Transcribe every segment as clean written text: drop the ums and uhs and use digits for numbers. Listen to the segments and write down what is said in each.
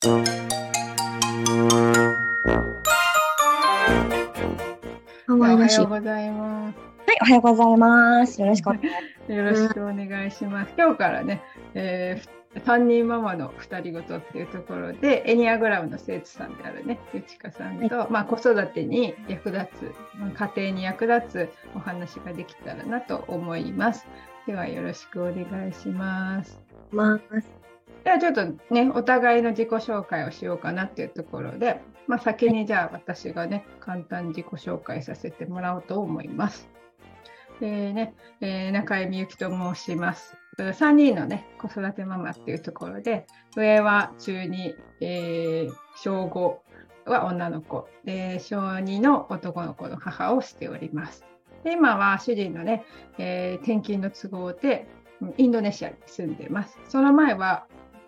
おはようございます。 はい、おはようございます。よろしくお願いします。 よろしくお願いします。今日からね、3人ママの2人ごとっていうところで、エニアグラムの生徒さんであるね、ゆちかさんと、子育てに役立つ、家庭に役立つお話ができたらなと思います。ではよろしくお願いします。ではちょっとね、お互いの自己紹介をしようかなっていうところで、先にじゃあ私がね、簡単に自己紹介させてもらおうと思います。中井美幸と申します。3人のね、子育てママっていうところで、上は中2、小5は女の子、小2の男の子の母をしております。で今は主人のね、転勤の都合でインドネシアに住んでます。その前は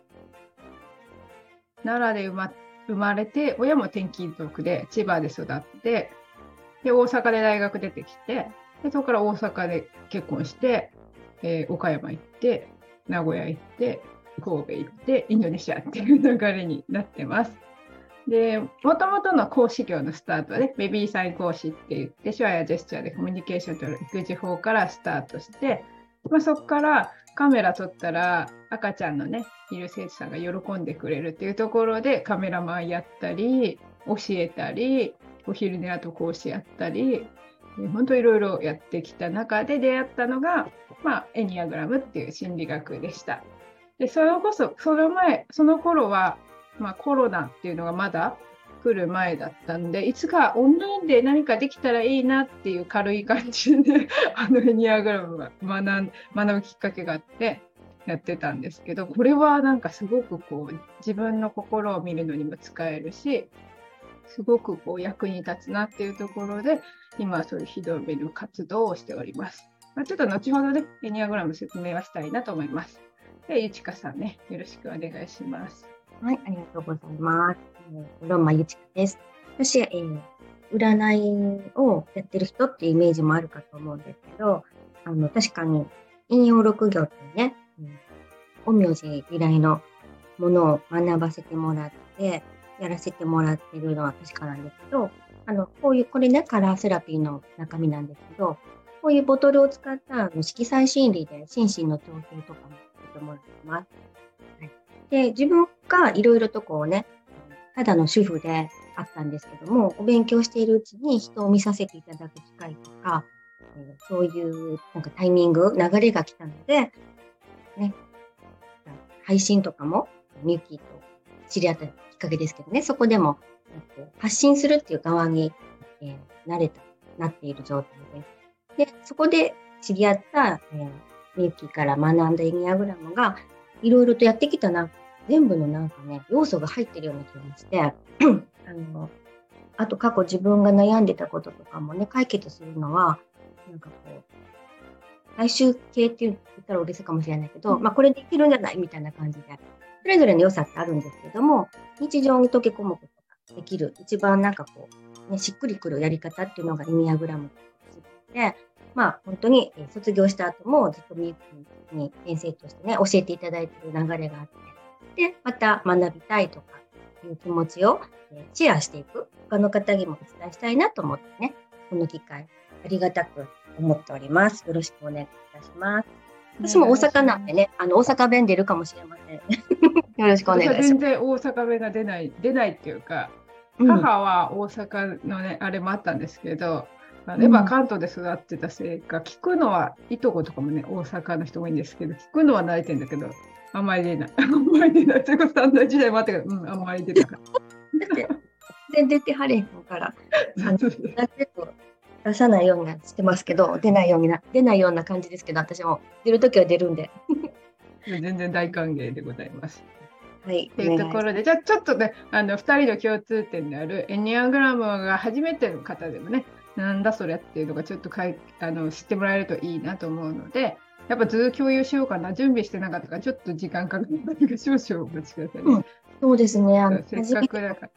奈良で生まれて、親も転勤族で千葉で育って、で大阪で大学出てきて、でそこから大阪で結婚して、岡山行って、名古屋行って、神戸行って、インドネシアっていう流れになってます。で、もともとの講師業のスタートはね、ベビーサイン講師って言って、手話やジェスチャーでコミュニケーションとる育児法からスタートして、そこからカメラ撮ったら赤ちゃんのね、いる生徒さんが喜んでくれるっていうところでカメラマンやったり、教えたり、お昼寝後講師やったり、本当いろいろやってきた中で出会ったのが、エニアグラムっていう心理学でした。で、その頃は、コロナっていうのがまだ来る前だったんで、いつかオンラインで何かできたらいいなっていう軽い感じでエニアグラムが学ぶきっかけがあってやってたんですけど、これはなんかすごくこう自分の心を見るのにも使えるし、すごくこう役に立つなっていうところで、今はそういう広める活動をしております。ちょっと後ほどね、エニアグラム説明はしたいなと思います。で、ゆちかさんね、よろしくお願いします。 はい、ありがとうございます。ロンマゆちかです。私、占いをやってる人っていうイメージもあるかと思うんですけど、確かに陰陽六行っていうね、陰陽師由来のものを学ばせてもらって、やらせてもらってるのは確かなんですけど、これね、カラーセラピーの中身なんですけど、こういうボトルを使った色彩心理で心身の調整とかもさせてもらってます。はい、で、自分がいろいろとこうね、ただの主婦であったんですけども、お勉強しているうちに人を見させていただく機会とか、そういうなんかタイミング、流れが来たので、ね、配信とかもミュキと知り合ったきっかけですけどね、そこでも発信するっていう側に、なっている状態です。で、そこで知り合った、ミュキから学んだエニアグラムがいろいろとやってきた全部のなんかね、要素が入ってるような気がして、あと過去自分が悩んでたこととかもね、解決するのは、なんかこう、最終形って言ったら大げさかもしれないけど、これできるんじゃないみたいな感じで、それぞれの良さってあるんですけども、日常に溶け込むことができる、一番なんかこう、ね、しっくりくるやり方っていうのがエニアグラムで、本当に卒業した後もずっとみゆきに先生としてね、教えていただいている流れがあって、で、また学びたいとかいう気持ちをシェアしていく、他の方にもお伝えしたいなと思ってね、この機会ありがたく思っております。よろしくお願いいたします。私も大阪なんでね、大阪弁出るかもしれません。よろしくお願いします。 全然大阪弁が出ないっていうか、母は大阪のね、あれもあったんですけど、関東で育ってたせいか、聞くのはいとことかもね、大阪の人多いんですけど、聞くのは慣れてんだけど、あんまり出ない。あんまり出ない。それこそ3代時代もあったけど、あんまり出なかった。 だって、全然出てはれへんから、出さないようにしてますけど、出ないような感じですけど、私も出るときは出るんで。 全然大歓迎でございます。 はい。 というところで、じゃあちょっとね、2人の共通点であるエニアグラムが初めての方でもね、なんだそれっていうのがちょっと知ってもらえるといいなと思うので、やっぱ図共有しようかな、準備してなかったからちょっと時間かかったので少々お待ちくださいね。 そうですね。 せっかくだから。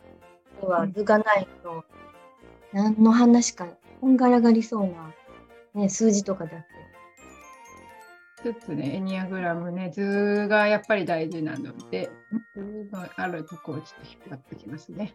は図がないと、何の話か、こんがらがりそうな、ね、数字とかだって。 つつね、エニアグラムね、図がやっぱり大事なので、図のあるところをちょっと引っ張ってきますね。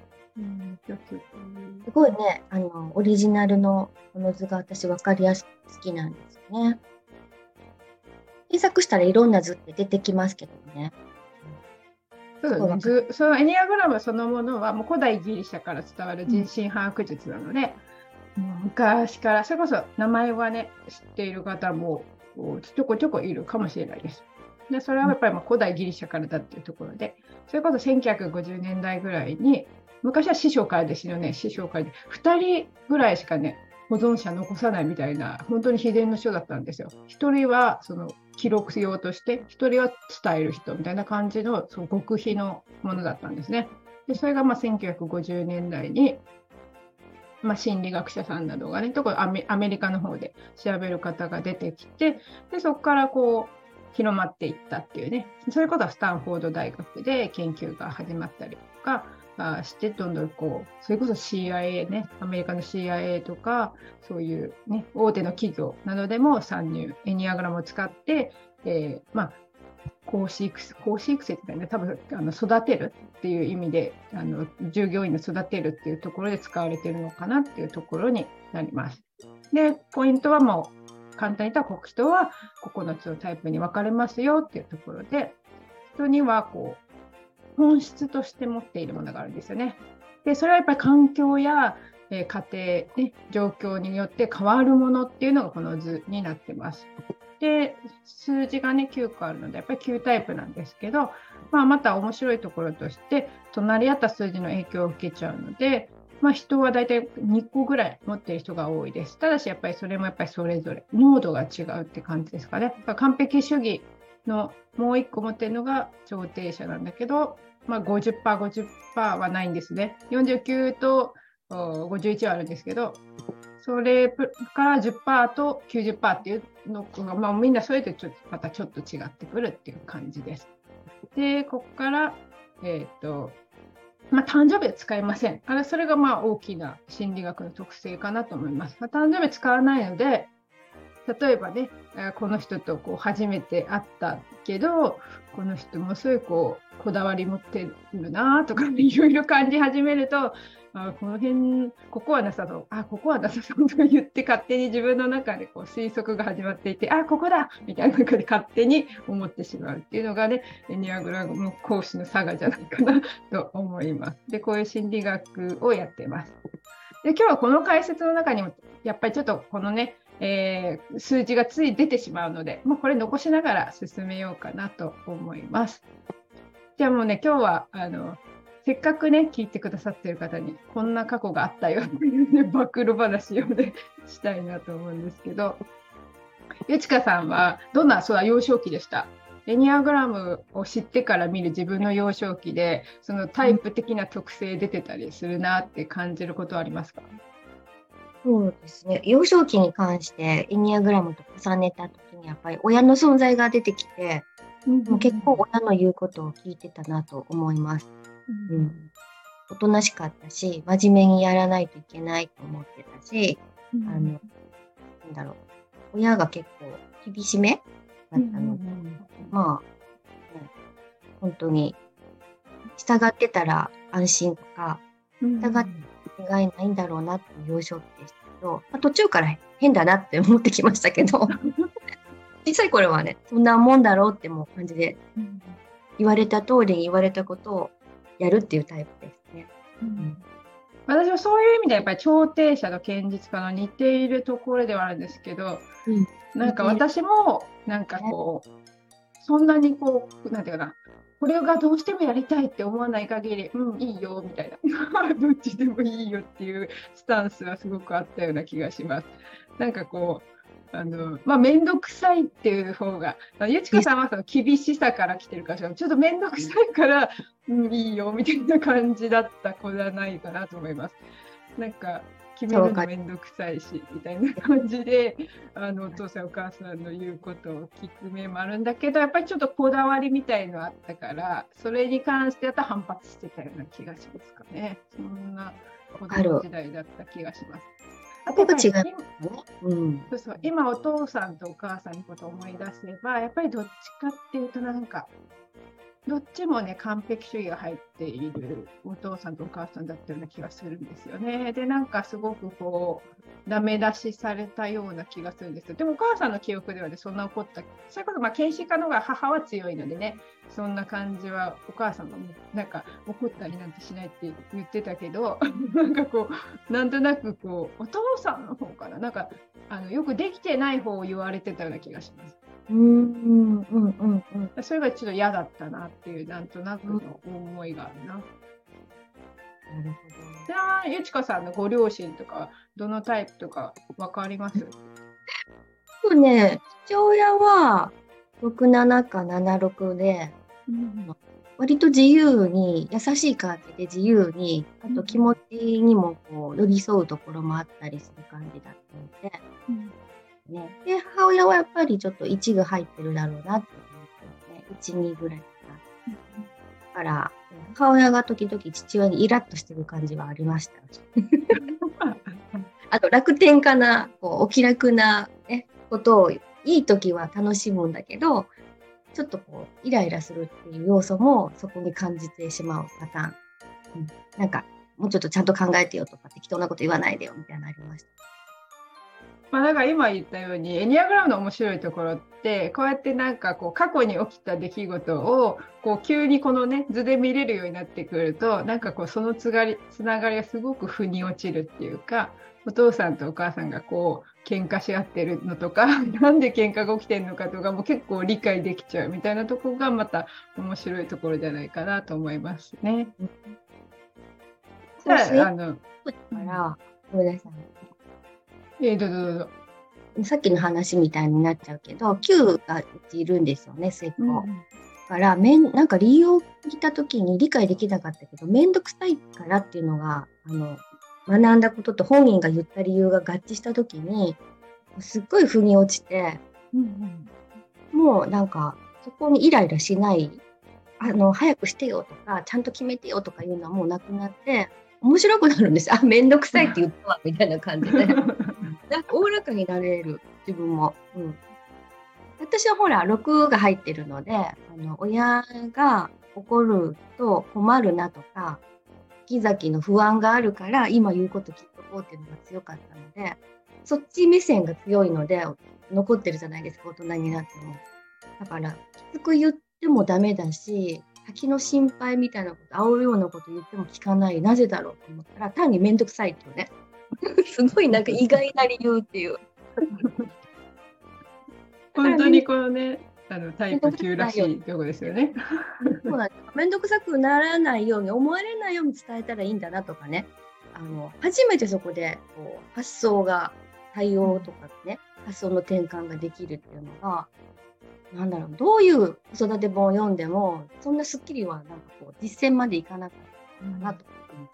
すごいね、オリジナルのこの図が私分かりやすく好きなんですよね。検索したらいろんな図って出てきますけどね。 そうね、そのエニアグラムそのものはもう古代ギリシャから伝わる人心把握術なので、昔からそれこそ名前はね知っている方もちょこちょこいるかもしれないです。でそれはやっぱり古代ギリシャからだっていうところで、それこそ1950年代ぐらいに、昔は師匠会ですよね、師匠会で2人ぐらいしかね保存者残さないみたいな、本当に秘伝の書だったんですよ。1人はその記録用として、1人は伝える人みたいな感じの、その極秘のものだったんですね。でそれが1950年代に、心理学者さんなどがね、特にアメリカの方で調べる方が出てきて、でそこからこう広まっていったっていうね、それこそスタンフォード大学で研究が始まったりとかして、どんどんこう、それこそ CIA ね、アメリカの CIA とか、そういうね、大手の企業などでも参入、エニアグラムを使って、講師育成ってね、多分育てるっていう意味で、従業員を育てるっていうところで使われているのかなっていうところになります。で、ポイントはもう簡単に言ったら、人は9つのタイプに分かれますよっていうところで、人にはこう本質として持っているものがあるんですよね。で、それはやっぱり環境や、家庭、ね、状況によって変わるものっていうのがこの図になってます。で、数字がね、9個あるので、やっぱり9タイプなんですけど、また面白いところとして、隣り合った数字の影響を受けちゃうので、人は大体2個ぐらい持っている人が多いです。ただし、やっぱりそれもやっぱりそれぞれ濃度が違うって感じですかね。完璧主義のもう1個持っているのが調停者なんだけど、50%、50% はないんですね。49と51はあるんですけど、それから10%と90%っていうのが、みんなそれぞれまたちょっと違ってくるっていう感じです。で、ここから、誕生日は使いません。それが大きな心理学の特性かなと思います。誕生日使わないので、例えばね、この人と初めて会ったけど、この人もそういうこだわり持ってるなとか、いろいろ感じ始めると、この辺、ここはなさそう、ここはなさそうとか言って、勝手に自分の中で推測が始まっていて、ここだみたいな中で勝手に思ってしまうっていうのがね、エニアグラム講師の差がじゃないかなと思います。で、こういう心理学をやってます。で、今日はこの解説の中にも、やっぱりちょっとこのね、数字がつい出てしまうので、これ残しながら進めようかなと思います。じゃあもうね、今日はせっかくね、聞いてくださっている方に、こんな過去があったよっていうね、暴露話をね、したいなと思うんですけど、ゆちかさんはどんな幼少期でした？エニアグラムを知ってから見る自分の幼少期で、そのタイプ的な特性出てたりするなって感じることはありますか？ そうですね。幼少期に関してエニアグラムと重ねた時にやっぱり親の存在が出てきて、もう結構親の言うことを聞いてたなと思います。おとなしかったし、真面目にやらないといけないと思ってたし、親が結構厳しめだったので、本当に従ってたら安心とか、従って願いないんだろうなっていう幼少期でしたけど、途中から変だなって思ってきましたけど、小さい頃はね、そんなもんだろうってもう感じで、言われた通りに言われたことをやるっていうタイプですね。 私はそういう意味でやっぱり調停者と堅実家の似ているところではあるんですけど、なんか私もなんかそんなになんていうかな、これがどうしてもやりたいって思わない限り、いいよみたいなどっちでもいいよっていうスタンスはすごくあったような気がします。なんか面倒くさいっていう方が、ゆちかさんはその厳しさから来てるから、ちょっと面倒くさいから、いいよみたいな感じだった子じゃないかなと思います。なんか決めるの面倒くさいしみたいな感じで、お父さんお母さんの言うことを聞く面もあるんだけど、やっぱりちょっとこだわりみたいのあったから、それに関してだと反発してたような気がしますかね。そんな子供時代だった気がします。 あとやっぱりここが違いますね。うん。 そうそう、今お父さんとお母さんのことを思い出せば、やっぱりどっちかっていうとなんかどっちもね、完璧主義が入っているお父さんとお母さんだったような気がするんですよね。で、なんかすごくこう、ダメ出しされたような気がするんですよ。でもお母さんの記憶ではね、そんな怒った、それこそまあ検視家の方が母は強いのでね、そんな感じはお母さんがなんか怒ったりなんてしないって言ってたけど、なんかこう、なんとなくこう、お父さんの方かな、なんかよくできてない方を言われてたような気がします。それがちょっと嫌だったなっていう、なんとなくの思いがあるな。 なるほじゃあ、ゆちかさんのご両親とか、どのタイプとか分かります？ ど。ね、父親は67か76で、割と自由に、優しい感じで自由に、あと気持ちにもこう寄り添うところもあったりする感じだったので、ね、で、母親はやっぱりちょっと1が入ってるだろうなって思ってね、1、2ぐらいかな。だから、母親が時々父親にイラッとしてる感じはありました。あと楽天家な、こうお気楽な、ね、ことをいい時は楽しむんだけど、ちょっとこうイライラするっていう要素もそこに感じてしまうパターン。なんか、もうちょっとちゃんと考えてよとか適当なこと言わないでよみたいなのありました。 まあ、だから今言ったようにエニアグラムの面白いところってこうやってなんかこう過去に起きた出来事をこう急にこのね図で見れるようになってくるとなんかこうそのつながりがすごく腑に落ちるっていうか、お父さんとお母さんがこう喧嘩し合ってるのとかなんで喧嘩が起きてるのかとかも結構理解できちゃうみたいなところがまた面白いところじゃないかなと思いますね。じゃあごめんなさい。 どうぞどうぞ。 さっきの話みたいになっちゃうけど、9がうちいるんですよね、末っ子。だから、なんか理由を聞いたときに理解できなかったけど、めんどくさいからっていうのが、学んだことと本人が言った理由が合致したときに、すっごい腑に落ちて、もうなんか、そこにイライラしない、早くしてよとか、ちゃんと決めてよとかいうのはもうなくなって、面白くなるんです。めんどくさいって言ったわ、みたいな感じで。おおらかになれる、自分も。私はほら、6が入ってるので、親が怒ると困るなとか、木崎の不安があるから、今言うこと聞いとこうっていうのが強かったので、そっち目線が強いので、残ってるじゃないですか、大人になっても。だから、きつく言ってもダメだし、先の心配みたいなこと、煽るようなこと言っても聞かない、なぜだろうと思ったら、単にめんどくさいっていうね。すごいなんか意外な理由っていう。 本当にこのね、タイプ9らしいところですよね。 そうなんです。めんどくさくならないように、思われないように伝えたらいいんだなとかね。初めてそこでこう発想が、対応とかね、発想の転換ができるっていうのが、なんだろう、どういう子育て本を読んでも、そんなスッキリはなんかこう実践までいかなかったかなと思って。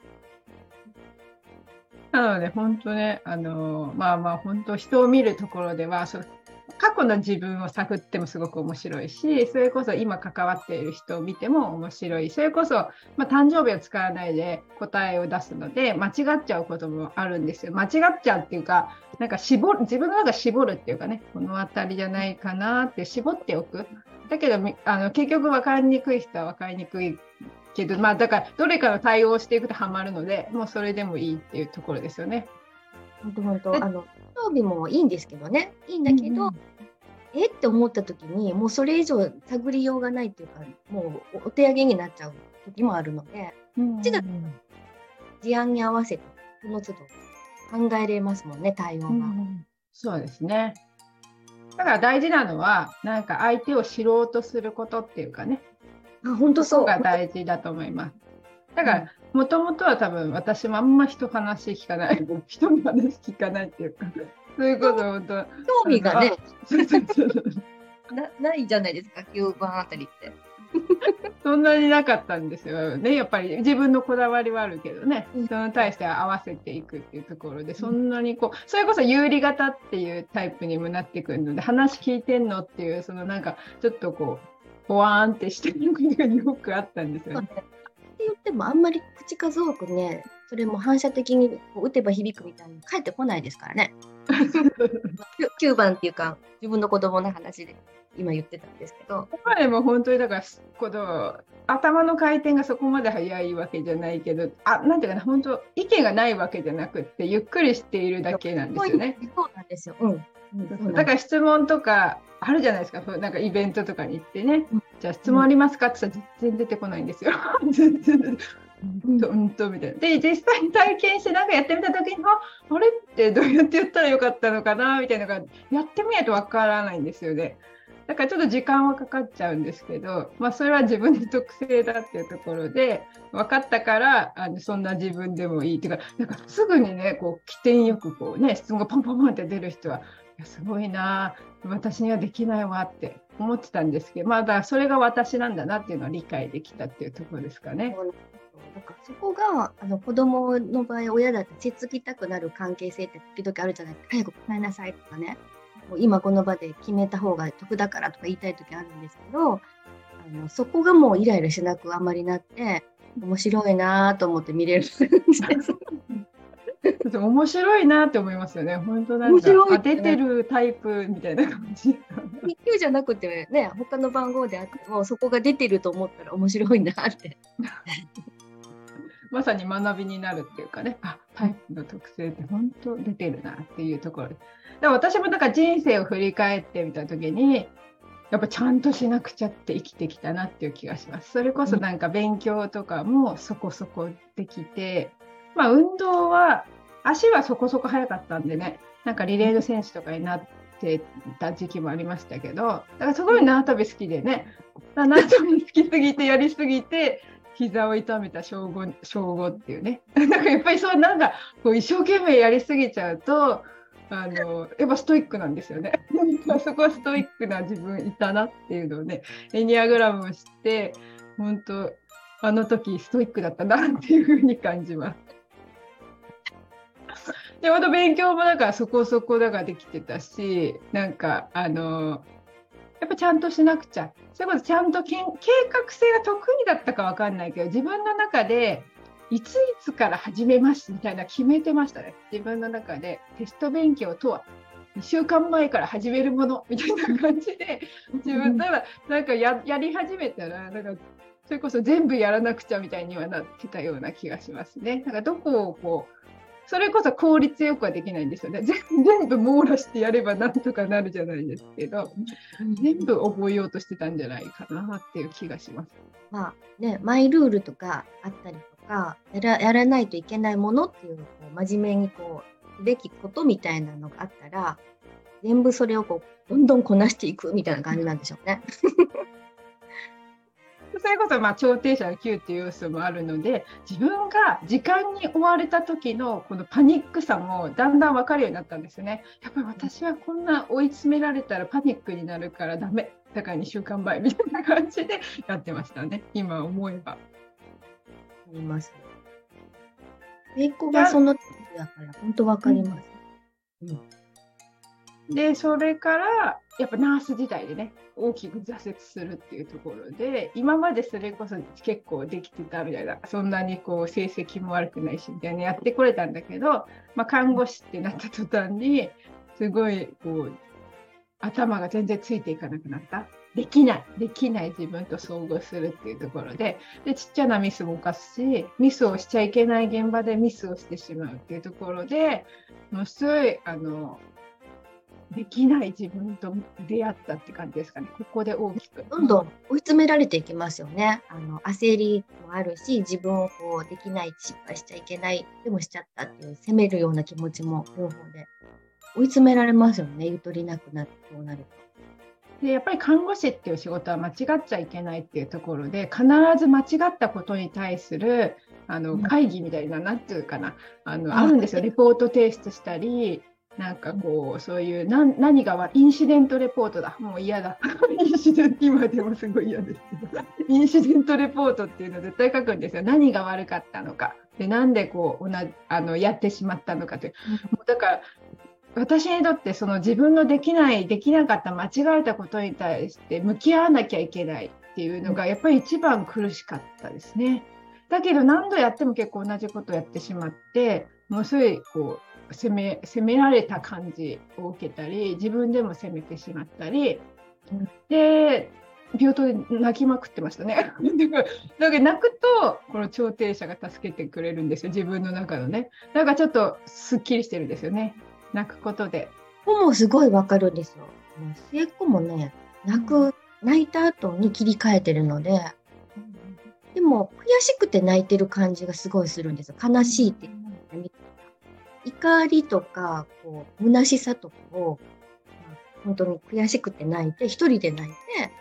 なので本当ね、まあ本当人を見るところでは過去の自分を探ってもすごく面白いし、それこそ今関わっている人を見ても面白い。それこそ、誕生日を使わないで答えを出すので間違っちゃうこともあるんですよ。間違っちゃうっていうか、なんか自分の中で絞るっていうかね、この辺りじゃないかなって絞っておく。だけど結局分かりにくい人は分かりにくいけど、だからどれかの対応をしていくとハマるので、もうそれでもいいっていうところですよね。 本当誕生日もいいんですけどね、いいんだけど、って思った時にもうそれ以上探りようがないっていうか、もうお手上げになっちゃう時もあるので、事案に合わせてその都度考えれますもんね、対応が。 そうですね。だから大事なのはなんか相手を知ろうとすることっていうかね。 本当そう。 そこが大事だと思います。だからもともとは多分私もあんま人の話聞かないっていうか、そういうこと本当興味がねないじゃないですか、9番あたりってそんなになかったんですよね。やっぱり自分のこだわりはあるけどね、その対して合わせていくっていうところで、そんなにそれこそ有利型っていうタイプにもなってくるので、話聞いてんのっていうそのなんかちょっとボワーンってしてることがよくあったんですよね。 って言ってもあんまり口数多くね、 それも反射的にこう打てば響くみたいに返ってこないですからね。9番っていうか、自分の子供の話で今言ってたんですけど。 でも本当にだからこの頭の回転がそこまで速いわけじゃないけど、なんていうかな、本当意見がないわけじゃなくってゆっくりしているだけなんですよね。 そうなんですよ。 だから質問とかあるじゃないですか。なんかイベントとかに行ってね、じゃあ質問ありますかって言ったら全然出てこないんですよ。全然みたいな。で、実際に体験してなんかやってみたときに、あれってどうやって言ったらよかったのかなみたいなのが、やってみないとわからないんですよね。だからちょっと時間はかかっちゃうんですけど、それは自分の特性だっていうところで、分かったから、そんな自分でもいいっていうか、なんかすぐにね、こう、起点よくこうね、質問がポンポンポンって出る人は、いやすごいな、私にはできないわって思ってたんですけど、だからそれが私なんだなっていうのは理解できたっていうところですかね。 だからそこが子供の場合、親だってつっつきたくなる関係性って時々あるじゃないですか。早く答えなさいとかね。もう今この場で決めた方が得だからとか言いたい時あるんですけど、そこがもうイライラしなくあまりなって、面白いなと思って見れるんです。 面白いなって思いますよね。本当なんか、出てるタイプみたいな感じ。 日給じゃなくてね、他の番号であっても、そこが出てると思ったら面白いなって。 まさに学びになるっていうかね、タイプの特性って本当出てるなっていうところで。私もなんか人生を振り返ってみたときに、やっぱちゃんとしなくちゃって生きてきたなっていう気がします。それこそなんか勉強とかもそこそこできて、運動は足はそこそこ速かったんでね、なんかリレーの選手とかになってた時期もありましたけど、だからすごい縄跳び好きでね、縄跳び好きすぎてやりすぎて、膝を痛めた小5っていうね。なんかやっぱりそうなんかこう一生懸命やりすぎちゃうと、やっぱストイックなんですよね。そこはストイックな自分いたなっていうのをね、エニアグラムを知って、本当あの時ストイックだったなっていうふうに感じます。で、また勉強もだからそこそこだからできてたし、なんかやっぱちゃんとしなくちゃ。それこそちゃんと計画性が得意だったかわかんないけど、自分の中でいついつから始めますみたいな決めてましたね。自分の中でテスト勉強とは2週間前から始めるものみたいな感じで、自分ただなんか やり始めたら、なんかそれこそ全部やらなくちゃみたいにはなってたような気がしますね。なんかどこをこうそれこそ効率よくはできないんですよね。全部網羅してやればなんとかなるじゃないですけど、全部覚えようとしてたんじゃないかなっていう気がします。 マイルールとかあったりとか、やらないといけないものっていうのを真面目にこうべきことみたいなのがあったら、全部それをこうどんどんこなしていくみたいな感じなんでしょうね。 それこそ調停者の Q っていう要素もあるので、自分が時間に追われた時のこのパニックさもだんだん分かるようになったんですよね。やっぱり私はこんな追い詰められたらパニックになるからダメ。だから2週間前みたいな感じでやってましたね。今思えば。あります。成功がその時だから本当分かります。 で、それからやっぱナース時代でね、大きく挫折するっていうところで、今までそれこそ結構できてたみたいな、そんなにこう成績も悪くないしみたいなやってこれたんだけど、看護師ってなった途端にすごいこう頭が全然ついていかなくなった。できない自分と遭遇するっていうところで、ちっちゃなミスも犯すし、ミスをしちゃいけない現場でミスをしてしまうっていうところで、ものすごいできない自分と出会ったって感じですかね。ここで大きくどんどん追い詰められていきますよね。焦りもあるし、自分をこうできない、失敗しちゃいけない、でもしちゃったっていう責めるような気持ちも両方で追い詰められますよね。ゆとりなくなってこうなると。 でやっぱり看護師っていう仕事は間違っちゃいけないっていうところで、必ず間違ったことに対する会議みたいな、なんていうかな、あるんですよ。レポート提出したり、なんかこうそういう何がインシデントレポートだ、もう嫌だインシデント、今でもすごい嫌ですけど、インシデントレポートっていうのを絶対書くんですよ。何が悪かったのかで、なんでこうやってしまったのかという、もうだから私にとってその自分のできなかった間違えたことに対して向き合わなきゃいけないっていうのがやっぱり一番苦しかったですね。 だけど何度やっても結構同じことをやってしまって、もうすごいこう責められた感じを受けたり、自分でも責めてしまったり、で病棟で泣きまくってましたね。だから泣くとこの調停者が助けてくれるんですよ、自分の中のね。なんかちょっとすっきりしてるんですよね、泣くことで。 もうすごいわかるんですよ。末っ子もね、泣いた後に切り替えてるので、でも悔しくて泣いてる感じがすごいするんですよ。悲しいって。怒りとか、こう、虚しさとかを、本当に悔しくて泣いて、一人で泣いて、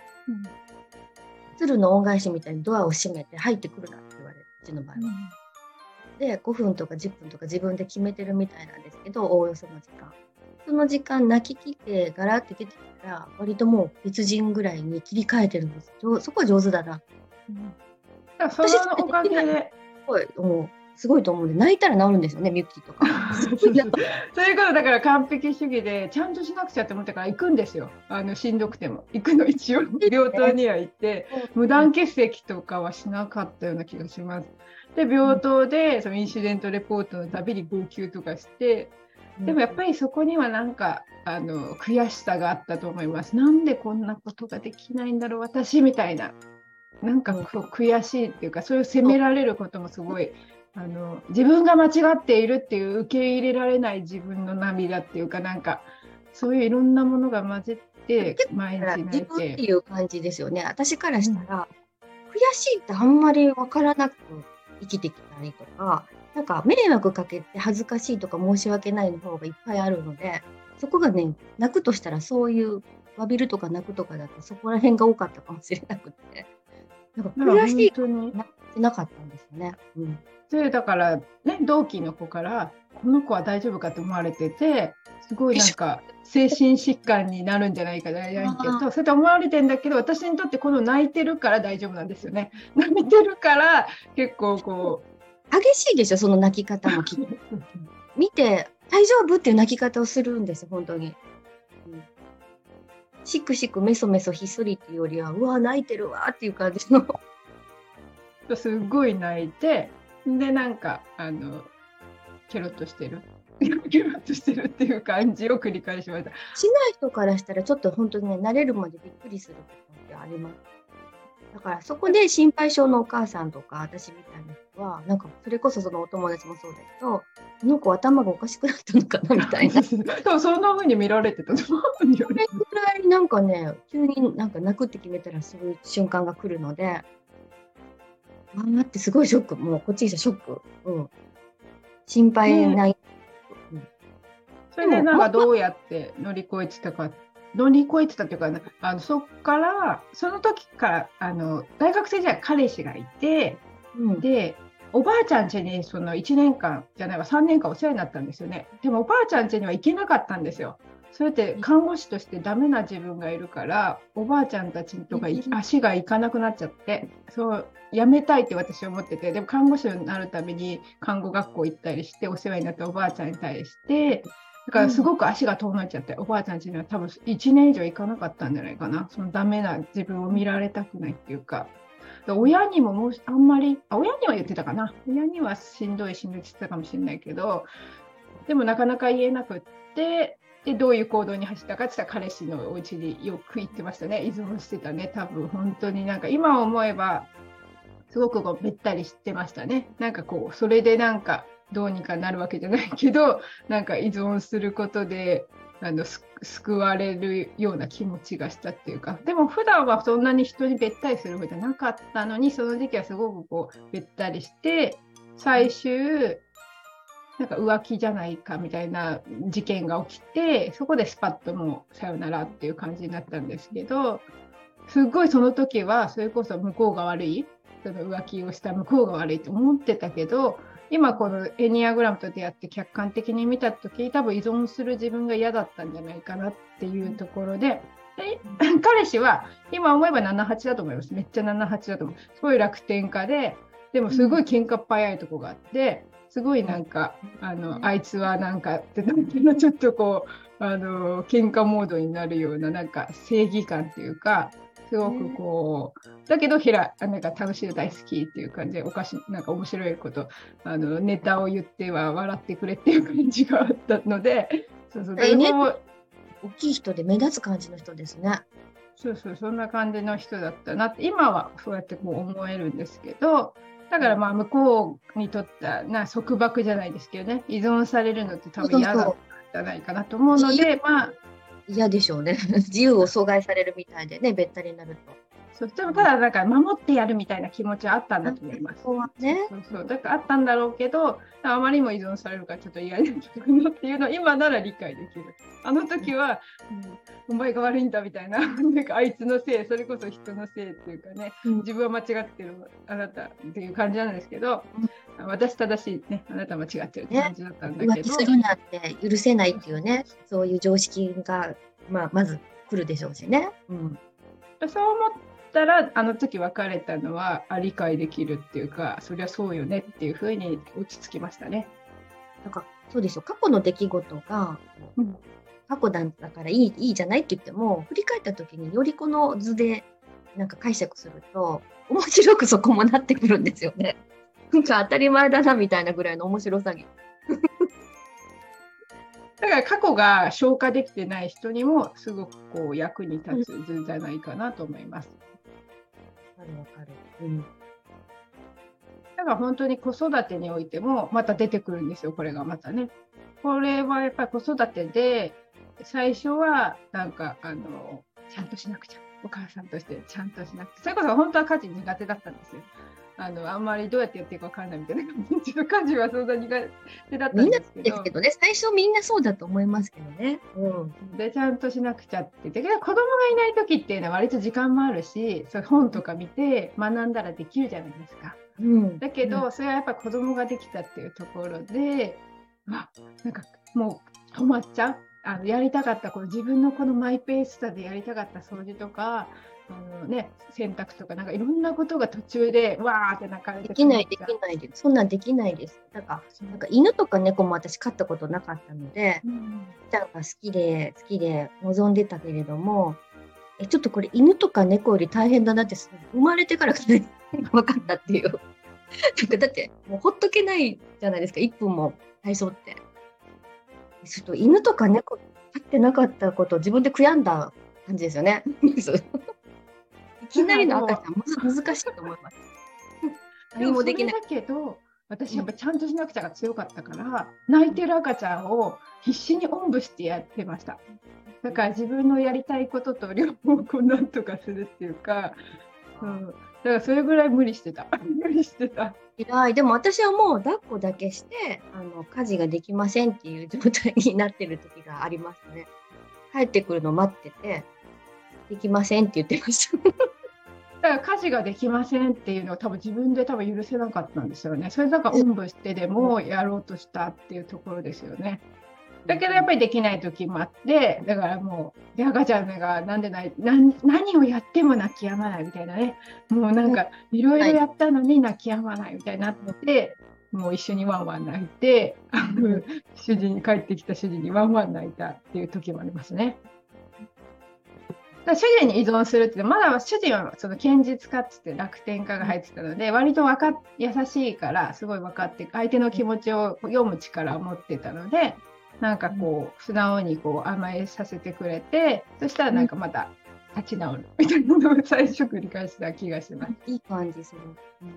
鶴の恩返しみたいにドアを閉めて入ってくるなって言われる、うちの場合は。で、5分とか10分とか自分で決めてるみたいなんですけど、おおよその時間。その時間泣き切ってガラって出てきたら、割ともう別人ぐらいに切り替えてるんです。そこは上手だな。 そのおかげで。 すごいと思うんで、泣いたら治るんですよね、ミュッキーとか。 そういうことだから完璧主義で、ちゃんとしなくちゃって思ってから行くんですよ。しんどくても。行くの一応、病棟には行って、無断欠席とかはしなかったような気がします。で、病棟でそのインシデントレポートのたびに号泣とかして、でもやっぱりそこにはなんか悔しさがあったと思います。なんでこんなことができないんだろう、私みたいな。なんか悔しいっていうか、それを責められることもすごい。自分が間違っているっていう受け入れられない自分の涙っていうか、なんかそういういろんなものが混じって毎日泣いて。 自分っていう感じですよね。私からしたら、悔しいってあんまり分からなく生きてきたりとか、なんか迷惑かけて恥ずかしいとか申し訳ないの方がいっぱいあるので、そこがね、泣くとしたらそういう詫びるとか泣くとかだとそこら辺が多かったかもしれなくて、なんか悔しいから泣いてなかったんですよね。 でだからね、同期の子からこの子は大丈夫かと思われてて、すごいなんか精神疾患になるんじゃないかな、そうと思われてんだけど、私にとってこの泣いてるから大丈夫なんですよね。泣いてるから結構こう激しいでしょ、その泣き方も見て大丈夫っていう泣き方をするんですよ、本当に。しくしくメソメソひっそりっていうよりは、うわ泣いてるわっていう感じのすごい泣いて、でなんかケロッとしてるケロッとしてるっていう感じを繰り返しました。 しない人からしたらちょっと本当にね、慣れるまでびっくりすることってあります。だからそこで心配性のお母さんとか私みたいな人は、なんかそれこそそのお友達もそうだけど、この子頭がおかしくなったのかなみたいな。 でもそんな風に見られてたの。それぐらいなんかね、急になんか泣くって決めたらそういう瞬間が来るので、ってすごいショック。もうこっちにしたショック。心配ない。 それでなんかどうやって乗り越えてたか。乗り越えてたっていうか、ね、その時から大学生時代彼氏がいて、でおばあちゃん家にその1年間じゃないわ3年間お世話になったんですよね。でもおばあちゃん家には行けなかったんですよ。それって看護師としてダメな自分がいるから、おばあちゃんたちとか足が行かなくなっちゃって、そう辞めたいって私は思ってて、でも看護師になるために看護学校行ったりしてお世話になったおばあちゃんに対して、だからすごく足が遠のいちゃって、おばあちゃん家には多分1年以上行かなかったんじゃないかな。そのダメな自分を見られたくないっていうか。親にもあんまり親には言ってたかな。親にはしんどいって言ってたかもしれないけど、でもなかなか言えなくって、でどういう行動に走ったかって言ったら彼氏のお家によく行ってましたね。依存してたね。多分本当になんか今思えばすごくこうべったりしてましたね。なんかこうそれでなんかどうにかなるわけじゃないけど、なんか依存することで救われるような気持ちがしたっていうか、でも普段はそんなに人にべったりする方じゃなかったのに、その時期はすごくこうべったりして、最終なんか浮気じゃないかみたいな事件が起きて、そこでスパッともうさよならっていう感じになったんですけど、すごいその時はそれこそ向こうが悪い、その浮気をした向こうが悪いと思ってたけど、今このエニアグラムと出会って客観的に見た時、多分依存する自分が嫌だったんじゃないかなっていうところで、彼氏は今思えば78だと思います。めっちゃ78だと思う。すごい楽天家で、でもすごい喧嘩っ早いとこがあって、すごいなんかあいつはなんかってちょっとこう喧嘩モードになるようななんか正義感っていうか、 すごくこう、だけどなんか楽しいの大好きっていう感じで、なんか面白いこと、ネタを言っては笑ってくれっていう感じがあったので、そうそう、 大きい人で目立つ感じの人ですね。 そうそう、そんな感じの人だったなって、今はそうやってこう思えるんですけど、だからまあ向こうにとった束縛じゃないですけどね、依存されるのって多分嫌だったんじゃないかなと思うので、まあ、 嫌でしょうね。自由を阻害されるみたいでね、べったりになると。 そうただなんか守ってやるみたいな気持ちはあったんだと思います。 そうね。 そうだからあったんだろうけど、あまりにも依存されるからちょっと嫌になってくるなっていうのは今なら理解できる。あの時は、お前が悪いんだみたいな、なんかあいつのせい、それこそ人のせいっていうかね、自分は間違ってるあなたっていう感じなんですけど、私正しいね、あなた間違ってるって感じだったんだけど。 浮気するなんて許せないっていうね、そういう常識が、まず来るでしょうしね。 そう思ったら、あの時別れたのは理解できるっていうか、そりゃそうよねっていうふうに落ち着きましたね。 なんかそうでしょう、過去の出来事が、過去だからいいじゃないって言っても、振り返った時によりこの図でなんか解釈すると、面白くそこもなってくるんですよね。なんか当たり前だなみたいなぐらいの面白さに。 だから過去が消化できてない人にもすごくこう役に立つ図じゃないかなと思います。 わかる。 だから本当に子育てにおいてもまた出てくるんですよ、これがまたね。これはやっぱり子育てで最初はなんかちゃんとしなくちゃ、お母さんとしてちゃんとしなくちゃ、それこそ本当は家事苦手だったんですよ。あんまりどうやってやっていいか分かんないみたいな感じで、家事はそんな苦手だったんですけど。 みんなですけどね、最初みんなそうだと思いますけどね。 で、ちゃんとしなくちゃって。だけど子供がいない時っていうのは割と時間もあるし、そう本とか見て学んだらできるじゃないですか。だけど、それはやっぱ子供ができたっていうところで、なんかもう止まっちゃう。やりたかった自分のこのマイペースさでやりたかった掃除とか、洗濯とかなんかいろんなことが途中でわーって泣かれてできないです。そんなんできないです。なんか犬とか猫も私飼ったことなかったので、ちゃんが好きで望んでたけれども、ちょっとこれ犬とか猫より大変だなって生まれてから分かったっていう。なんかだってもうほっとけないじゃないですか、1分も体操って。ちょっと犬とか猫飼ってなかったことを自分で悔やんだ感じですよね。いきなりの赤ちゃん難しいと思います。 何もできない。だけど私やっぱちゃんとしなくちゃが強かったから、泣いてる赤ちゃんを必死におんぶしてやってました。だから自分のやりたいことと両方こうなんとかするっていうか、だからそれぐらい無理してた。 偉い。でも私はもう抱っこだけして家事ができませんっていう状態になってる時がありますね。帰ってくるの待ってて、できませんって言ってました。 だから家事ができませんっていうのは自分で許せなかったんですよね。それだからおんぶしてでもやろうとしたっていうところですよね。だけどやっぱりできない時もあって、だからもう赤ちゃんが何をやっても泣き止まないみたいなね、もうなんかいろいろやったのに泣き止まないみたいになって、もう一緒にワンワン泣いて、帰ってきた主人にワンワン泣いたっていう時もありますね。主人に依存するってまだ主人はその堅実家って楽天家が入ってたので、割と優しいからすごい分かって相手の気持ちを読む力を持ってたので、なんか素直に甘えさせてくれて、そしたらなんかまた立ち直るみたいなのを最初繰り返した気がします。 いい感じする。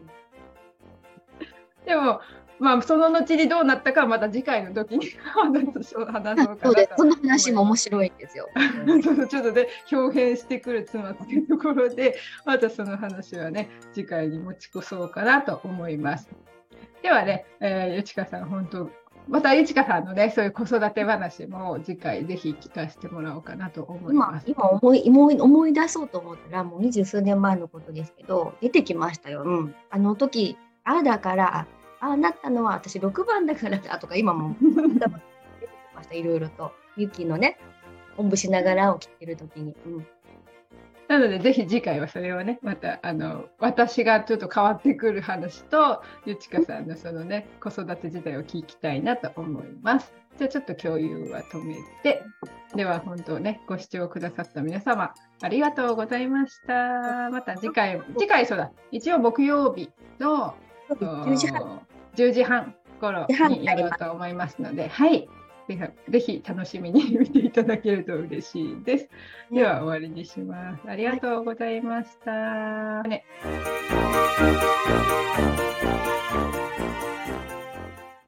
でもその後にどうなったかはまた次回の時に話そうかなと。 その話も面白いんですよ。 ちょっとね表現してくる妻っていうところで、またその話はね次回に持ち越そうかなと思います。ではね、ゆちかさん本当またゆちかさんのねそういう子育て話も次回ぜひ聞かせてもらおうかなと思います。 今思い出そうと思ったらもう20数年前のことですけど出てきましたよ。あの時だからなったのは私6番だからだとか今も出てきました。いろいろとユキのねおんぶしながら起きてる時に、 なのでぜひ次回はそれをね、また私がちょっと変わってくる話と、ゆちかさんのそのね、子育て時代を聞きたいなと思います。じゃあちょっと共有は止めて、では本当ね、ご視聴くださった皆様、ありがとうございました。また次回そうだ、一応木曜日の 10時半 10時半頃にやろうと思いますので、はい。ぜひ楽しみに見ていただけると嬉しいです。では終わりにします。ありがとうございました。ね